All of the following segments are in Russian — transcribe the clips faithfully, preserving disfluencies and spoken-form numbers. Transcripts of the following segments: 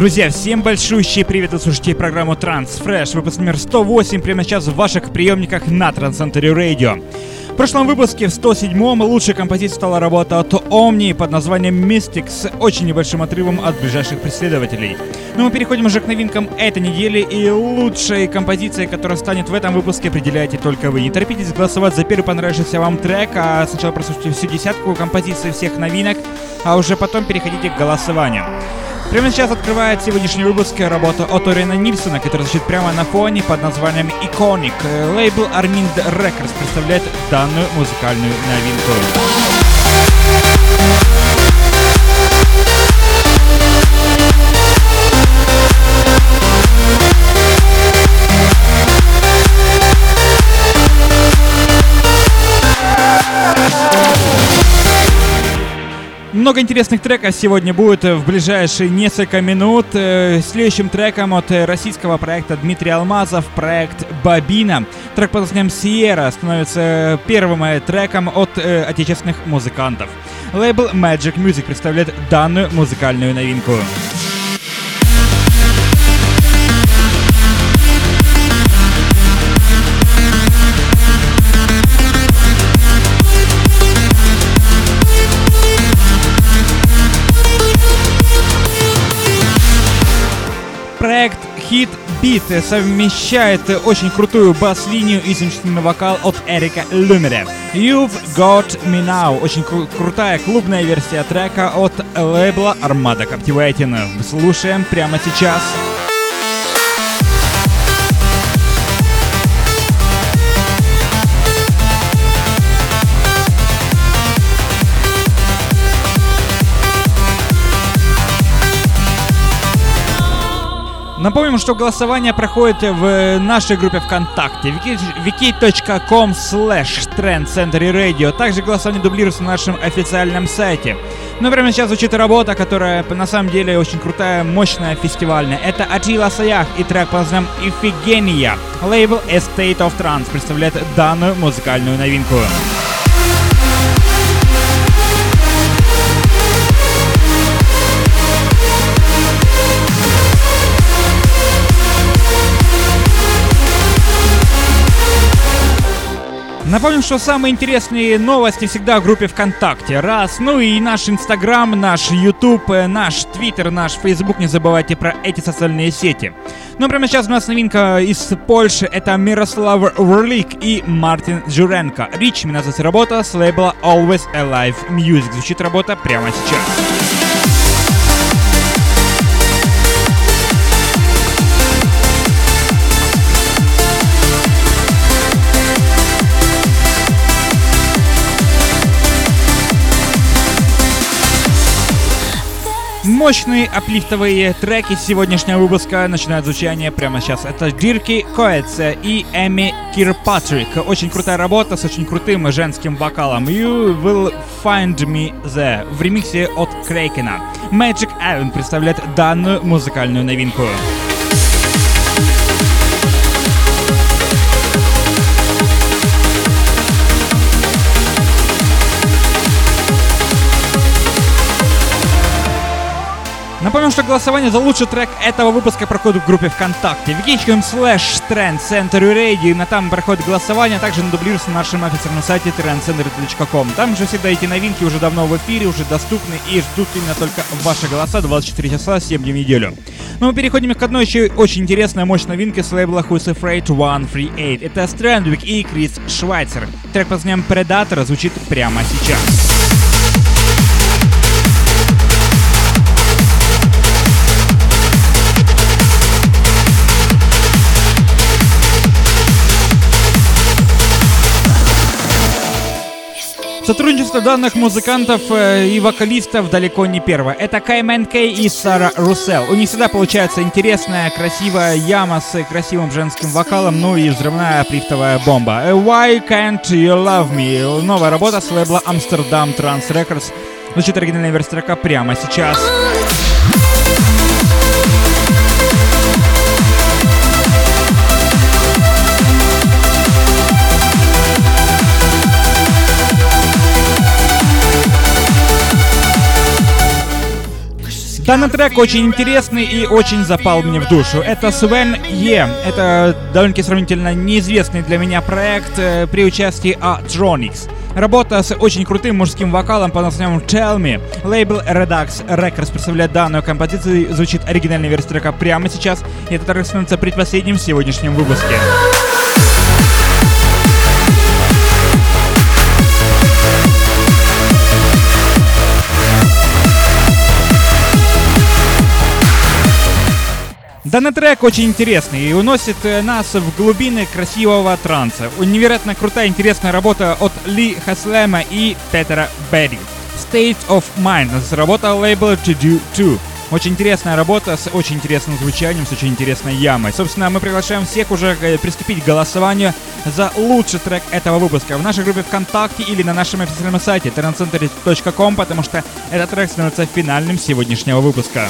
Друзья, всем большущий привет, вы слушаете программу Transfresh, выпуск номер сто восемь, прямо сейчас в ваших приемниках на Trans-Century Radio. В прошлом выпуске, в сто седьмом, лучшей композицией стала работа от Omni под названием Mystic с очень небольшим отрывом от ближайших преследователей. Но мы переходим уже к новинкам этой недели, и лучшей композицией, которая станет в этом выпуске, определяете только вы. Не торопитесь голосовать за первый понравившийся вам трек, а сначала прослушайте всю десятку композиций всех новинок, а уже потом переходите к голосованию. Прямо сейчас открывает сегодняшний выпуск работа от Орена Нильсона, которая звучит прямо на фоне под названием Iconic. Лейбл Armind Records представляет данную музыкальную новинку. Много интересных треков сегодня будет в ближайшие несколько минут. Следующим треком от российского проекта Дмитрий Алмазов, проект Бобина. Трек под названием Sierra становится первым треком от э, отечественных музыкантов. Лейбл Magic Music представляет данную музыкальную новинку. Проект Hit Beat совмещает очень крутую бас-линию и замечательный вокал от Эрика Люмере. You've Got Me Now. Очень кру- крутая клубная версия трека от лейбла Armada Captivating. Слушаем прямо сейчас. Напомним, что голосование проходит в нашей группе ВКонтакте wiki.com slash Trans-Century Radio. Также голосование дублируется на нашем официальном сайте. Но прямо сейчас звучит работа, которая на самом деле очень крутая, мощная, фестивальная. Это Атила Саях и трек под названием Iphigenia. Лейбл Estate of Trance представляет данную музыкальную новинку. Напомним, что самые интересные новости всегда в группе ВКонтакте. Раз, ну и наш Инстаграм, наш Ютуб, наш Твиттер, наш Фейсбук. Не забывайте про эти социальные сети. Ну, прямо сейчас у нас новинка из Польши. Это Мирослав Урлик и Мартин Джуренко. Рич, меня называется работа с лейбла Always Alive Music. Звучит работа прямо сейчас. Мощные аплифтовые треки сегодняшнего выпуска начинают звучание прямо сейчас. Это Дирки Коэтс и Эми Кирпатрик. Очень крутая работа с очень крутым женским вокалом. You Will Find Me There в ремиксе от Крейкена. Magic Island представляет данную музыкальную новинку. Напомню, что голосование за лучший трек этого выпуска проходит в группе ВКонтакте wiki.com slash Trans-Century Radio. На там проходит голосование, а также надублируется на нашем официальном сайте трансцентури точка ком. Там же всегда эти новинки уже давно в эфире, уже доступны и ждут именно только ваши голоса двадцать четыре часа, семь дней в неделю. Но мы переходим к одной еще очень интересной, мощной новинке с лейбла Who's Afraid сто тридцать восемь. Это Strandwick и Крис Швайцер. Трек под названием Predator звучит прямо сейчас. Сотрудничество данных музыкантов э, и вокалистов далеко не первое. Это Каймен Кей и Сара Руссел. У них всегда получается интересная, красивая яма с красивым женским вокалом, ну и взрывная плифтовая бомба. Why Can't You Love Me? Новая работа с лейбла Amsterdam Trance Records. Звучит оригинальная версия трека прямо сейчас. Данный трек очень интересный и очень запал мне в душу. Это Sven Ye. Это довольно-таки сравнительно неизвестный для меня проект э, при участии A-Tronics. Работа с очень крутым мужским вокалом под названием Tell Me. Лейбл Redux Records представляет данную композицию. Звучит оригинальная версия трека прямо сейчас. И этот трек становится предпоследним в сегодняшнем выпуске. Данный трек очень интересный и уносит нас в глубины красивого транса. Невероятно крутая, интересная работа от Ли Хаслема и Петера Берри. State of Mind. Работа лейбла To Do Two. Очень интересная работа с очень интересным звучанием, с очень интересной ямой. Собственно, мы приглашаем всех уже приступить к голосованию за лучший трек этого выпуска в нашей группе ВКонтакте или на нашем официальном сайте трансцентр точка ком, потому что этот трек становится финальным сегодняшнего выпуска.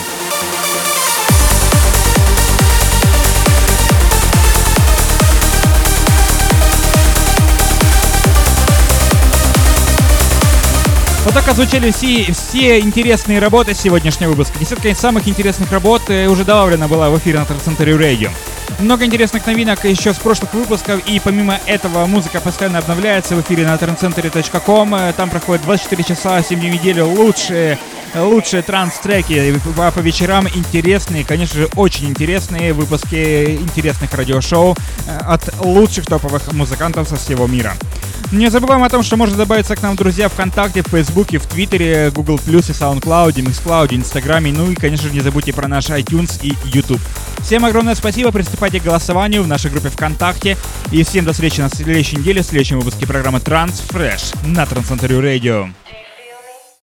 Вот так озвучали все, все интересные работы сегодняшнего выпуска. Десятка самых интересных работ уже добавлена была в эфире на Трансцентре Radio. Много интересных новинок еще с прошлых выпусков, и помимо этого музыка постоянно обновляется в эфире на трансцентр точка ком. Там проходит двадцать четыре часа, семь дней в неделю лучшие, лучшие транс-треки, а по вечерам интересные, конечно же, очень интересные выпуски интересных радиошоу от лучших топовых музыкантов со всего мира. Не забываем о том, что можно добавиться к нам, друзья, ВКонтакте, в Фейсбуке, в Твиттере, Google+, SoundCloud, Mixcloud, Инстаграме, ну и, конечно же, не забудьте про наш iTunes и YouTube. Всем огромное спасибо, приступайте к голосованию в нашей группе ВКонтакте, и всем до встречи на следующей неделе в следующем выпуске программы Transfresh на Трансцентре Radio.